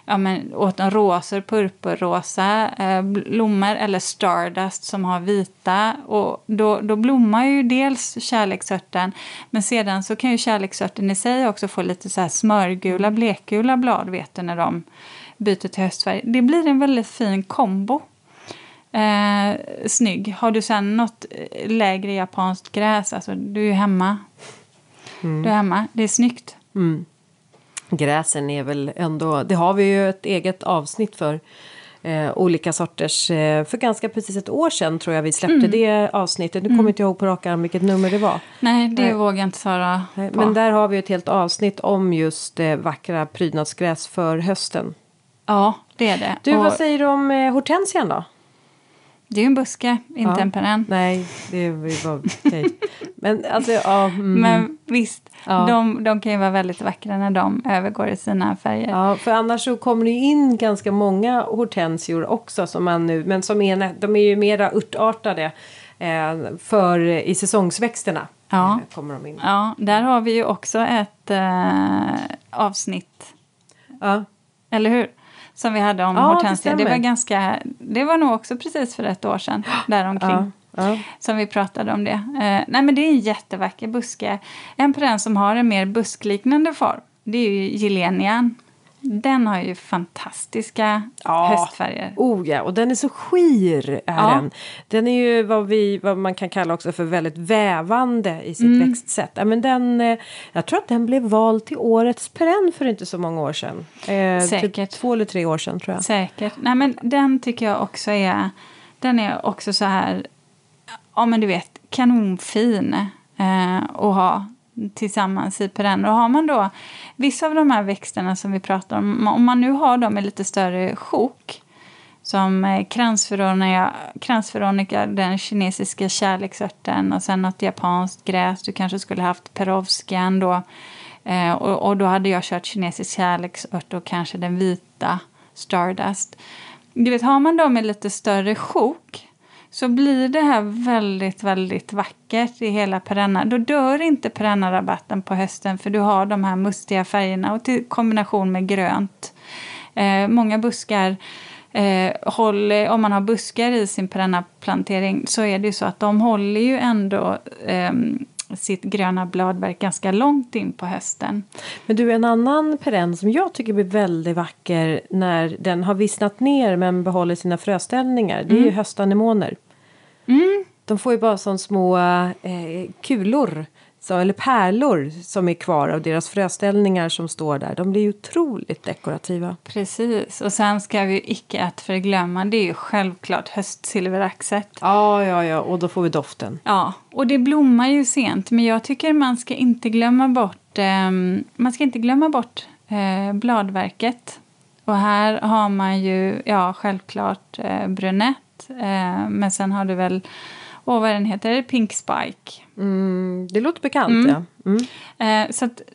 ja, men, åt en rosor, purpurrosa eh, blommor eller stardust som har vita. Och då, då blommar ju dels kärleksörten, men sedan så kan ju kärleksörten i sig också få lite så här smörgula, blekgula blad, vet du, när de byter till höstfärg. Det blir en väldigt fin kombo. Eh, snygg. Har du sen något lägre japanskt gräs, alltså du är ju hemma. Mm. Du är hemma, det är snyggt. Mm. Gräsen är väl ändå, det har vi ju ett eget avsnitt för eh, olika sorters, eh, för ganska precis ett år sedan tror jag vi släppte mm. det avsnittet. Nu kommer mm. inte ihåg på rak arm vilket nummer det var. Nej, det Nej. vågar jag inte svara på. Men där har vi ett helt avsnitt om just eh, vackra prydnadsgräs för hösten. Ja, det är det. Du, och vad säger du om eh, hortensian då? Det är ju en buske, inte ja. en perenn. Nej, det är bara okej. Men alltså, ja. Mm. Men visst, ja. de, de kan ju vara väldigt vackra när de övergår i sina färger. Ja, för annars så kommer det in ganska många hortensior också som man nu, men som är, de är ju mera urtartade eh, för i säsongsväxterna. Ja. Eh, kommer de in. Ja, där har vi ju också ett eh, avsnitt. Ja. Eller hur? Som vi hade om ja, hortensia. Det, det var ganska, det var nog också precis för ett år sedan däromkring. Ja, ja. Som vi pratade om det. Eh, nej men det är en jättevacker buske. En perenn som har en mer buskliknande form. Det är ju gilenian. Den har ju fantastiska ja. höstfärger. Oh ja, och den är så skir är ja. den. Den är ju vad, vi, vad man kan kalla också för väldigt vävande i sitt mm. växtsätt. Ja, men den, jag tror att den blev vald till årets perenn för inte så många år sedan. Eh, Säkert. Typ två eller tre år sedan tror jag. Säkert. Nej men den tycker jag också är, den är också så här, ja men du vet, kanonfin eh, att ha tillsammans i perenner. Och har man då vissa av de här växterna som vi pratar om, om man nu har dem i lite större sjok som kransveronica, kransveronica, den kinesiska kärleksörten och sen något japanskt gräs, du kanske skulle haft perovskian då eh, och, och då hade jag kört kinesisk kärleksört och kanske den vita stardust. Du vet, har man dem i lite större sjok så blir det här väldigt, väldigt vackert i hela perenna. Då dör inte perennarabatten på hösten för du har de här mustiga färgerna och till kombination med grönt. Eh, många buskar, eh, håller, om man har buskar i sin perennaplantering så är det ju så att de håller ju ändå eh, sitt gröna bladverk ganska långt in på hösten. Men du, en annan perenn som jag tycker blir väldigt vacker när den har vissnat ner men behåller sina fröställningar, det är mm. ju höstanemoner. Mm. De får ju bara sån små eh, kulor, så, eller pärlor som är kvar av deras fröställningar som står där. De blir ju otroligt dekorativa. Precis, och sen ska vi ju icke att förglömma, det är ju självklart höstsilveraxet. Ja, ja, ja, och då får vi doften. Ja, och det blommar ju sent, men jag tycker man ska inte glömma bort, eh, man ska inte glömma bort eh, bladverket. Och här har man ju, ja självklart eh, brunett. Eh, men sen har du väl, åh vad den heter, Pink Spike. Mm, det låter bekant, mm. ja. Mm. Eh, så att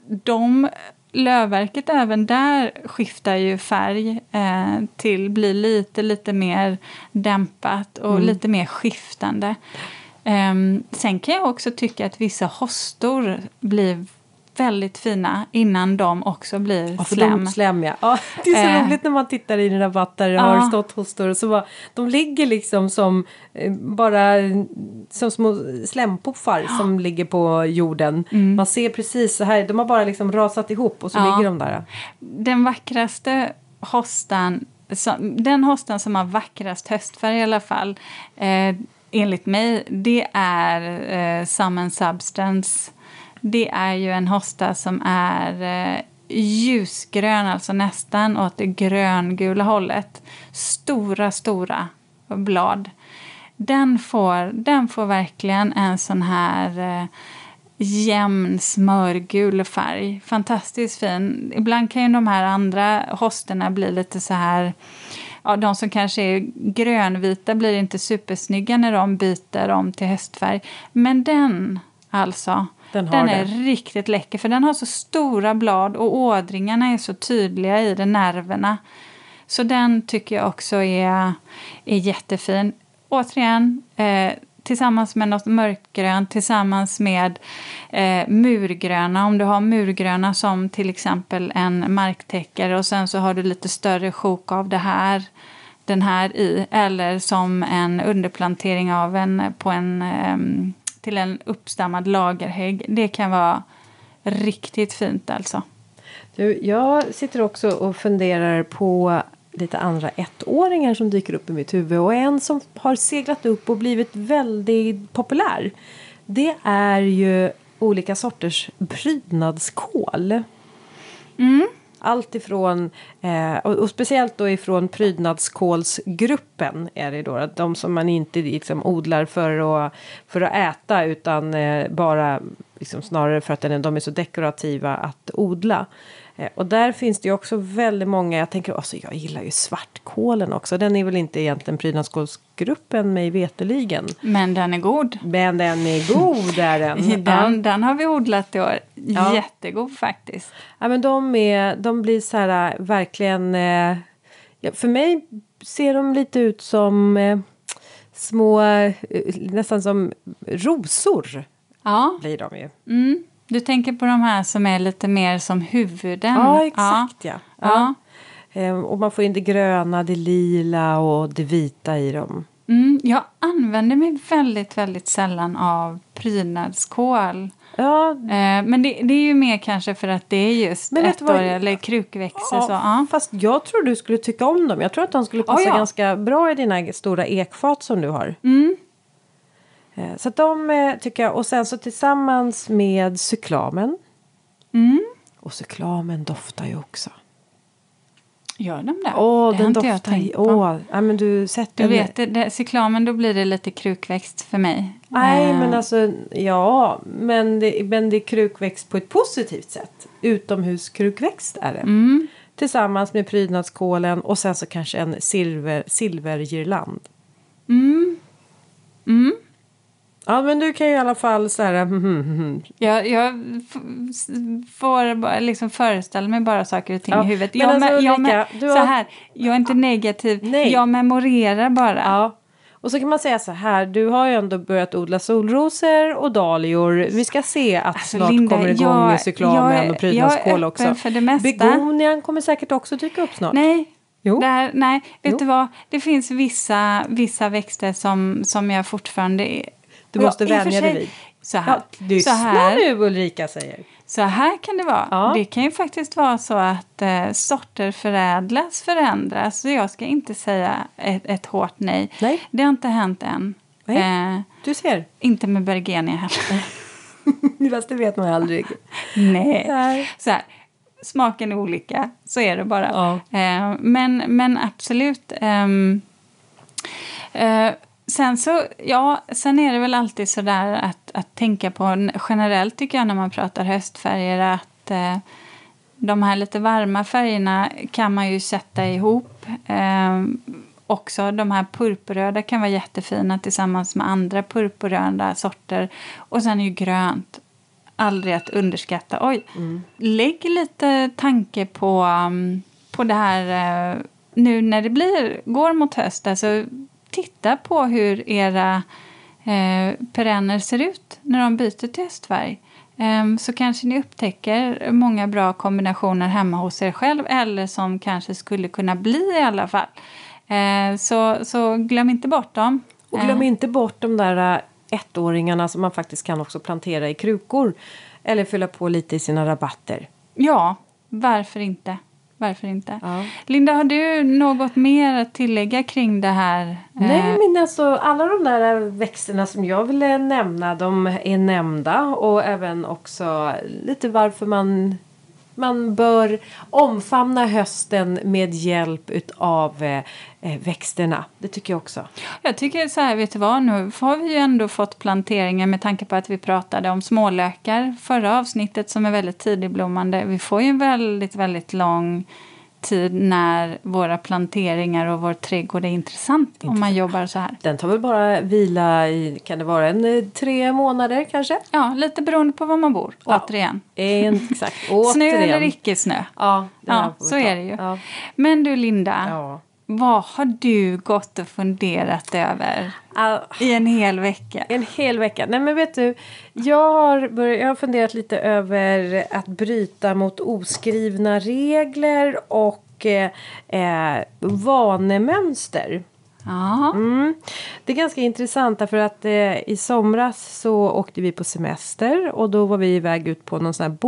de, lövverket även där skiftar ju färg eh, till, blir lite, lite mer dämpat och mm. lite mer skiftande. Eh, sen kan jag också tycka att vissa hostor blir väldigt fina innan de också blir ja, slem. De slem ja. Ja, det är så eh, roligt när man tittar i dina vatter och ja. har stått hostor och så bara, de ligger liksom som eh, bara som små slempuffar ja. som ligger på jorden. Mm. Man ser precis så här, de har bara liksom rasat ihop och så ja. ligger de där. Den vackraste hostan, som, den hostan som har vackrast höstfärg i alla fall, eh, enligt mig, det är eh, Sum Substance. Det är ju en hosta som är eh, ljusgrön, alltså nästan åt det gröngula hållet. Stora, stora blad. Den får, den får verkligen en sån här eh, jämn smörgul färg. Fantastiskt fin. Ibland kan ju de här andra hosterna bli lite så här... Ja, de som kanske är grönvita blir inte supersnygga när de byter om till höstfärg. Men den, alltså... Den, den är det. Riktigt läcker för den har så stora blad och ådringarna är så tydliga i de nerverna. Så den tycker jag också är, är jättefin. Återigen, eh, tillsammans med något mörkgrönt, tillsammans med eh, murgröna. Om du har murgröna som till exempel en marktäckare och sen så har du lite större sjok av det här, den här i. Eller som en underplantering av en, på en, eh, till en uppstammad lagerhägg. Det kan vara riktigt fint alltså. Du, jag sitter också och funderar på lite andra ettåringar som dyker upp i mitt huvud. Och en som har seglat upp och blivit väldigt populär. Det är ju olika sorters prydnadskål. Mm. Allt ifrån, eh, och, och speciellt då ifrån prydnadskålsgruppen är det då. De som man inte liksom odlar för att, för att äta utan eh, bara liksom snarare för att den, de är så dekorativa att odla. Eh, och där finns det ju också väldigt många, jag tänker, alltså jag gillar ju svartkålen också. Den är väl inte egentligen prydnadskålsgruppen mig veteligen. Men den är god. Men den är god är den. den, den har vi odlat i år. Ja. Jättegod faktiskt. Ja, men de, är, de blir så här verkligen, eh, ja, för mig ser de lite ut som eh, små, eh, nästan som rosor. Ja. Blir de ju. Mm. Du tänker på de här som är lite mer som huvuden. Ja, exakt ja. ja. ja. Eh, och man får in det gröna, det lila och det vita i dem. Mm, jag använder mig väldigt, väldigt sällan av prydnadskål. Ja. Eh, men det, det är ju mer kanske för att det är just ettåriga eller krukväxter. Ja, så, ja. Fast jag tror du skulle tycka om dem. Jag tror att de skulle passa oh, ja. ganska bra i dina stora ekfat som du har. Mm. Eh, så att de eh, tycker jag. Och sen så tillsammans med cyklamen. Mm. Och cyklamen doftar ju också. Gör de det? Åh, det den doftar ju. Åh, ja, men du sätter Du vet, det, det, cyklamen, då blir det lite krukväxt för mig. Nej, uh. men alltså, ja, men det, men det är krukväxt på ett positivt sätt. Utomhuskrukväxt är det. Mm. Tillsammans med prydnadskålen och sen så kanske en silver, silvergirland. Mm. Mm. Ja, men du kan ju i alla fall så här... Mm, mm, mm. Jag, jag f- får liksom föreställa mig bara saker och ting ja, i huvudet. Men jag, alltså, me- jag, Ulrika, me- du har... så här, jag är inte negativ. Nej. Jag memorerar bara. Ja. Och så kan man säga så här. Du har ju ändå börjat odla solrosor och dahlior. Vi ska se att alltså, snart Linda, kommer igång jag, med cyklamen jag, och prydnadskål också. Jag är öppen för det mesta. Begonian kommer säkert också dyka upp snart. Nej. Jo. Där, nej, vet jo. du vad? Det finns vissa, vissa växter som, som jag fortfarande... Är, du måste vänja dig vid. Så här. Ja, lyssna så här, nu Ulrika säger. Så här kan det vara. Ja. Det kan ju faktiskt vara så att eh, sorter förädlas, förändras. Så jag ska inte säga ett, ett hårt nej. nej. Det har inte hänt än. Eh, du ser. Inte med Bergenia heller. Fast det vet man aldrig. nej. nej. Så här. Smaken är olika. Så är det bara. Ja. Eh, men, men absolut... Ehm, eh, Sen så, ja, sen är det väl alltid så där att, att tänka på generellt tycker jag när man pratar höstfärger att eh, de här lite varma färgerna kan man ju sätta ihop. Eh, också de här purpurröda kan vara jättefina tillsammans med andra purpurröda sorter. Och sen är ju grönt aldrig att underskatta. Oj, mm. lägg lite tanke på, um, på det här uh, nu när det blir, går mot höst. Alltså, titta på hur era eh, perenner ser ut när de byter till höstfärg. Eh, så kanske ni upptäcker många bra kombinationer hemma hos er själv. Eller som kanske skulle kunna bli i alla fall. Eh, så, så glöm inte bort dem. Och glöm eh. inte bort de där ettåringarna som man faktiskt kan också plantera i krukor. Eller fylla på lite i sina rabatter. Ja, varför inte? Varför inte? Ja. Linda, har du något mer att tillägga kring det här? Nej, men alltså alla de där växterna som jag ville nämna, de är nämnda. Och även också lite varför man, man bör omfamna hösten med hjälp av eh, växterna. Det tycker jag också. Jag tycker så här, vet du vad, nu har vi ju ändå fått planteringar med tanke på att vi pratade om smålökar förra avsnittet som är väldigt tidigblommande. Vi får ju en väldigt, väldigt lång tid när våra planteringar och vår trädgård är intressant, intressant om man jobbar så här. Den tar väl bara vila i, kan det vara en tre månader kanske? Ja, lite beroende på var man bor, ja. återigen. En, exakt, återigen. Snö eller icke snö. Ja, ja så är det ju. Ja. Men du Linda, ja. vad har du gått och funderat över uh, i en hel vecka? En hel vecka. Nej, men vet du, jag har, börjat, jag har funderat lite över att bryta mot oskrivna regler och eh, eh, vanemönster. Mm. Det är ganska intressant därför att eh, i somras så åkte vi på semester och då var vi iväg ut på någon sån här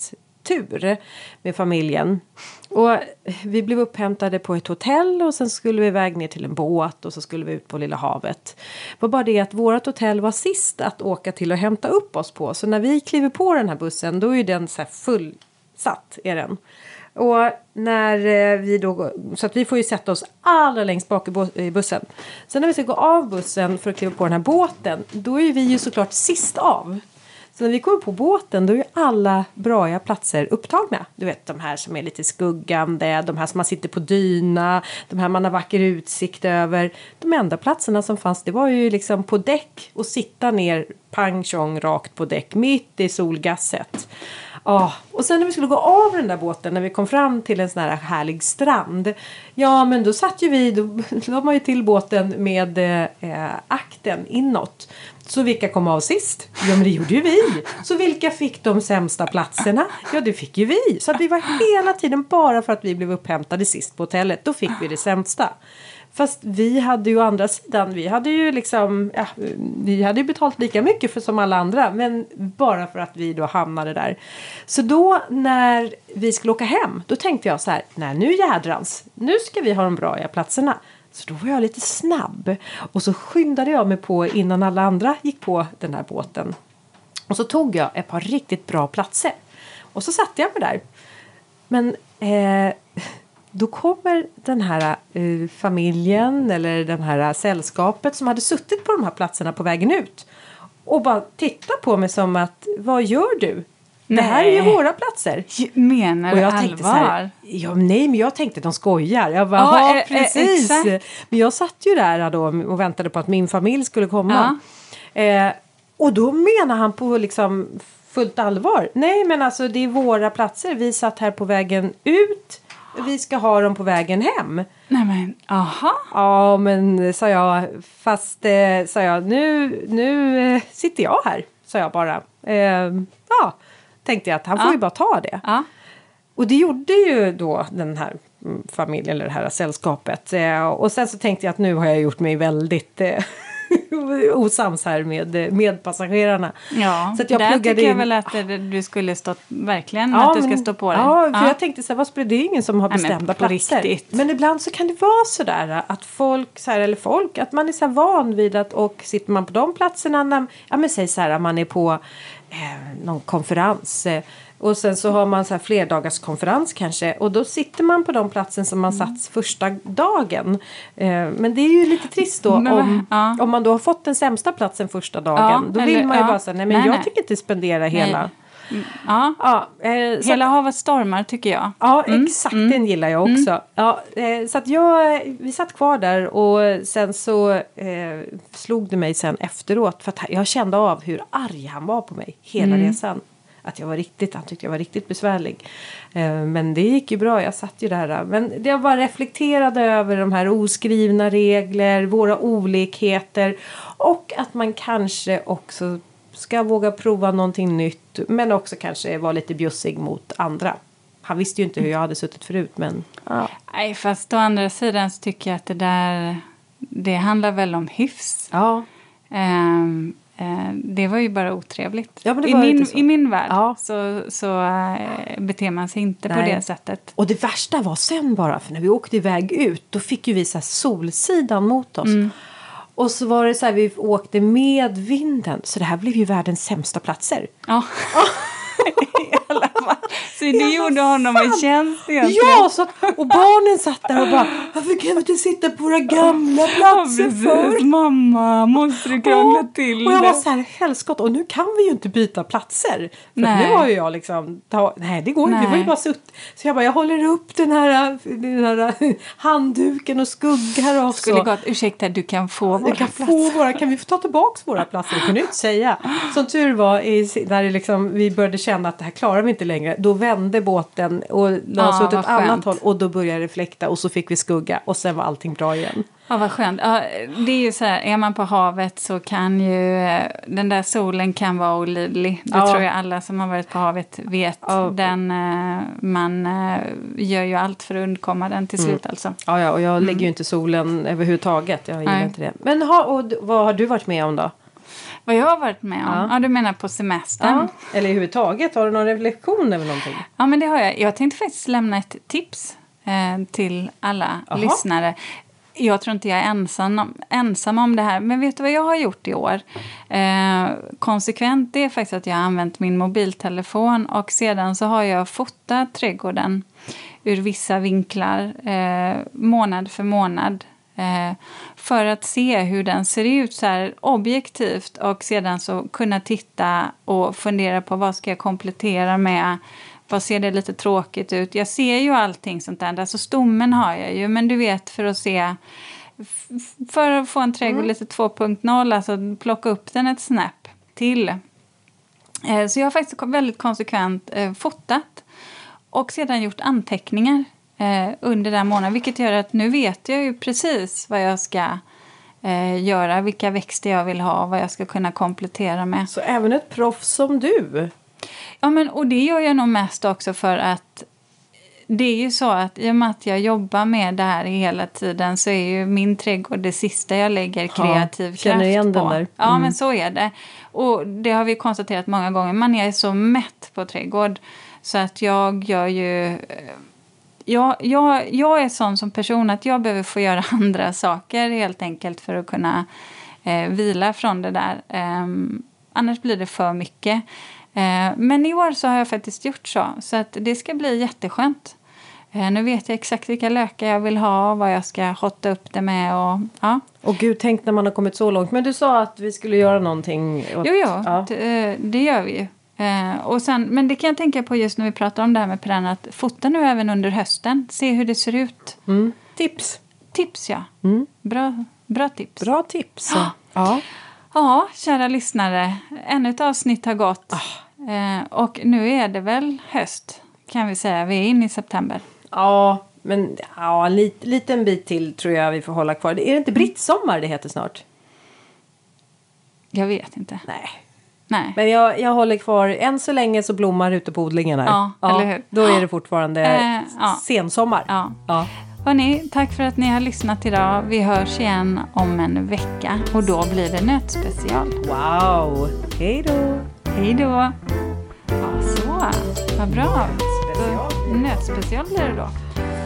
båttur med familjen. Och vi blev upphämtade på ett hotell och sen skulle vi iväg ner till en båt och så skulle vi ut på Lilla havet. Det var bara det att vårt hotell var sist att åka till och hämta upp oss på. Så när vi kliver på den här bussen då är den så här fullsatt är den. Och när vi då, så att vi får ju sätta oss allra längst bak i bussen. Sen när vi ska gå av bussen för att kliva på den här båten, då är vi ju såklart sist av. Så när vi kommer på båten, då är ju alla bra platser upptagna. Du vet, de här som är lite skuggande, de här som man sitter på dyna, de här man har vacker utsikt över. De enda platserna som fanns, det var ju liksom på däck och sitta ner pang tjong rakt på däck, mitt i solgasset. Ja, och sen när vi skulle gå av den där båten, när vi kom fram till en sån här härlig strand. Ja, men då satt ju vi, då la man ju till båten med eh, akten inåt. Så vilka kom av sist? Ja, men det gjorde ju vi. Så vilka fick de sämsta platserna? Ja, det fick ju vi. Så att vi var hela tiden, bara för att vi blev upphämtade sist på hotellet, då fick vi det sämsta. Fast vi hade ju å andra sidan, vi hade ju liksom, ja, vi hade ju betalt lika mycket för som alla andra. Men bara för att vi då hamnade där. Så då när vi skulle åka hem, då tänkte jag så här, nej nu jädrans, nu ska vi ha de bra platserna. Så då var jag lite snabb. Och så skyndade jag mig på innan alla andra gick på den här båten. Och så tog jag ett par riktigt bra platser. Och så satte jag mig där. Men eh, då kommer den här eh, familjen eller den här sällskapet som hade suttit på de här platserna på vägen ut. Och bara tittar på mig som att, vad gör du? Det här är ju våra platser. Menar och jag du tänkte allvar? Så här, ja, nej, men jag tänkte att de skojar. Jag bara, ja, eh, precis. Eh, men jag satt ju där då och väntade på att min familj skulle komma. Ja. Eh, och då menar han på liksom fullt allvar. Nej, men alltså det är våra platser. Vi satt här på vägen ut. Vi ska ha dem på vägen hem. Nej, men, aha. Ja, men sa jag, fast eh, sa jag, nu, nu eh, sitter jag här, sa jag bara. Eh, ja, tänkte jag att han får ja. ju bara ta det. Ja. Och det gjorde ju då den här familjen eller det här sällskapet. Eh, och sen så tänkte jag att nu har jag gjort mig väldigt eh, osams här med, med passagerarna. Ja, så att jag där pluggade tycker jag in. väl att du skulle stå, verkligen ja, att du ska men, stå på det. Ja, för ja. jag tänkte så här, vad spelar det ingen som har bestämda Nej, platser. Riktigt. Men ibland så kan det vara så där att folk, så här, eller folk, att man är så här van vid att, och sitter man på de platserna, när, ja men säg så här, man är på eh, någon konferens eh, och sen så har man så här flerdagars konferens kanske. Och då sitter man på de platsen som man mm. satt första dagen. Eh, men det är ju lite trist då. Men, om, ja. om man då har fått den sämsta platsen första dagen. Ja, då vill eller, man ju ja. bara säga, nej men nej, jag nej. tycker inte spendera hela. Mm. Ja. Ja, eh, hela havet stormar tycker jag. Ja, mm. exakt. Mm. Den gillar jag också. Mm. Ja, eh, så att jag, vi satt kvar där. Och sen så eh, slog det mig sen efteråt. För att jag kände av hur arg han var på mig. Hela mm. resan. Att jag var riktigt, han tyckte jag var riktigt besvärlig. Eh, men det gick ju bra, jag satt ju där. Men jag bara reflekterade över de här oskrivna regler, våra olikheter. Och att man kanske också ska våga prova någonting nytt. Men också kanske vara lite bjussig mot andra. Han visste ju inte hur jag hade suttit förut, men... Ja. Nej, fast å andra sidan så tycker jag att det där... Det handlar väl om hyfs. Ja. Um, Det var ju bara otrevligt. Ja, men det I, var min, så. I min värld ja. så, så äh, beter man sig inte Nej. på det sättet. Och det värsta var sen bara, för när vi åkte iväg ut, då fick ju vi så här solsidan mot oss. Mm. Och så var det så här, vi åkte med vinden. Så det här blev ju världens sämsta platser. Ja. I alla fall. Så det gjorde honom en tjänst egentligen. Ja, så att, och barnen satt där och bara, varför kan vi inte sitta på våra gamla platser för? Mamma, måste du krångla och, till Och jag det? var så här, helskott, och nu kan vi ju inte byta platser. För nej. nu har ju jag liksom, ta, nej det går inte, vi var ju bara sutt. Så jag bara, jag håller upp den här, den här handduken och skuggar också. Skulle gått, ursäkta, du kan få våra kan platser. Få våra, kan vi få ta tillbaka våra platser? Det kunde jag inte säga. Som tur var, i, när det liksom, vi började känna att det här klarar vi inte längre, då vände båten och la ja, oss åt ett annat skönt. håll. Och då började det fläkta och så fick vi skugga. Och sen var allting bra igen. Ja, vad skönt. Ja, det är ju så här, är man på havet så kan ju den där solen kan vara olidlig. Det ja. tror jag alla som har varit på havet vet. Ja. Den, man gör ju allt för att undkomma den till slut mm. alltså. Ja, ja, och jag mm. lägger ju inte solen överhuvudtaget. Jag gillar Nej. inte det. Men ha, och, vad har du varit med om då? Vad jag har varit med om? Ja, ja du menar på semestern? Ja. Eller överhuvudtaget, har du någon reflektion över någonting? Ja, men det har jag. Jag tänkte faktiskt lämna ett tips eh, till alla Aha. lyssnare. Jag tror inte jag är ensam om, ensam om det här. Men vet du vad jag har gjort i år? Eh, konsekvent det är faktiskt att jag har använt min mobiltelefon. Och sedan så har jag fotat trädgården ur vissa vinklar. Eh, månad för månad. Eh, för att se hur den ser ut så här objektivt. Och sedan så kunna titta och fundera på vad ska jag komplettera med. Vad ser det lite tråkigt ut? Jag ser ju allting sånt där. Alltså stommen har jag ju. Men du vet för att se. För att få en trädgård mm. lite två punkt noll. Alltså plocka upp den ett snäpp till. Eh, så jag har faktiskt väldigt konsekvent eh, fotat. Och sedan gjort anteckningar. Eh, under den månaden. Vilket gör att nu vet jag ju precis vad jag ska eh, göra. Vilka växter jag vill ha. Vad jag ska kunna komplettera med. Så även ett proffs som du. Ja, men och det gör jag nog mest också för att det är ju så att i och med att jag jobbar med det här hela tiden så är ju min trädgård det sista jag lägger kreativ ja, kraft igen på. Den där. Mm. Ja, men så är det. Och det har vi konstaterat många gånger. Man är så mätt på trädgård så att jag gör ju... Jag, jag, jag är sån som person att jag behöver få göra andra saker helt enkelt för att kunna eh, vila från det där. Eh, annars blir det för mycket. Eh, men i år så har jag faktiskt gjort så. Så att det ska bli jätteskönt. Eh, nu vet jag exakt vilka lökar jag vill ha. Vad jag ska hotta upp det med. Och, ja. och gud, tänk när man har kommit så långt. Men du sa att vi skulle göra någonting. Åt, jo, jo. Ja. Det, det gör vi ju. Eh, och sen, men det kan jag tänka på just när vi pratar om det här med perenner. Att fota nu även under hösten. Se hur det ser ut. Mm. Tips. Tips, ja. Mm. Bra, bra tips. Bra tips. Ja. Ja. Ja, kära lyssnare. Ännu ett avsnitt har gått. Ah. Eh, och nu är det väl höst, kan vi säga. Vi är inne i september. Ja, men ja, en lit, liten bit till tror jag vi får hålla kvar. Är det inte brittsommar det heter snart? Jag vet inte. Nej. Nej. Men jag, jag håller kvar. Än så länge så blommar ute på odlingen här. Ja, ja, eller hur? Då är det fortfarande eh, ja. sensommar. Ja. Ja. Hörrni, tack för att ni har lyssnat idag. Vi hörs igen om en vecka. Och då blir det nötspecial. Wow! Hej då! Hej då! Ja, så. Vad bra. Special. Nötspecial blir det då.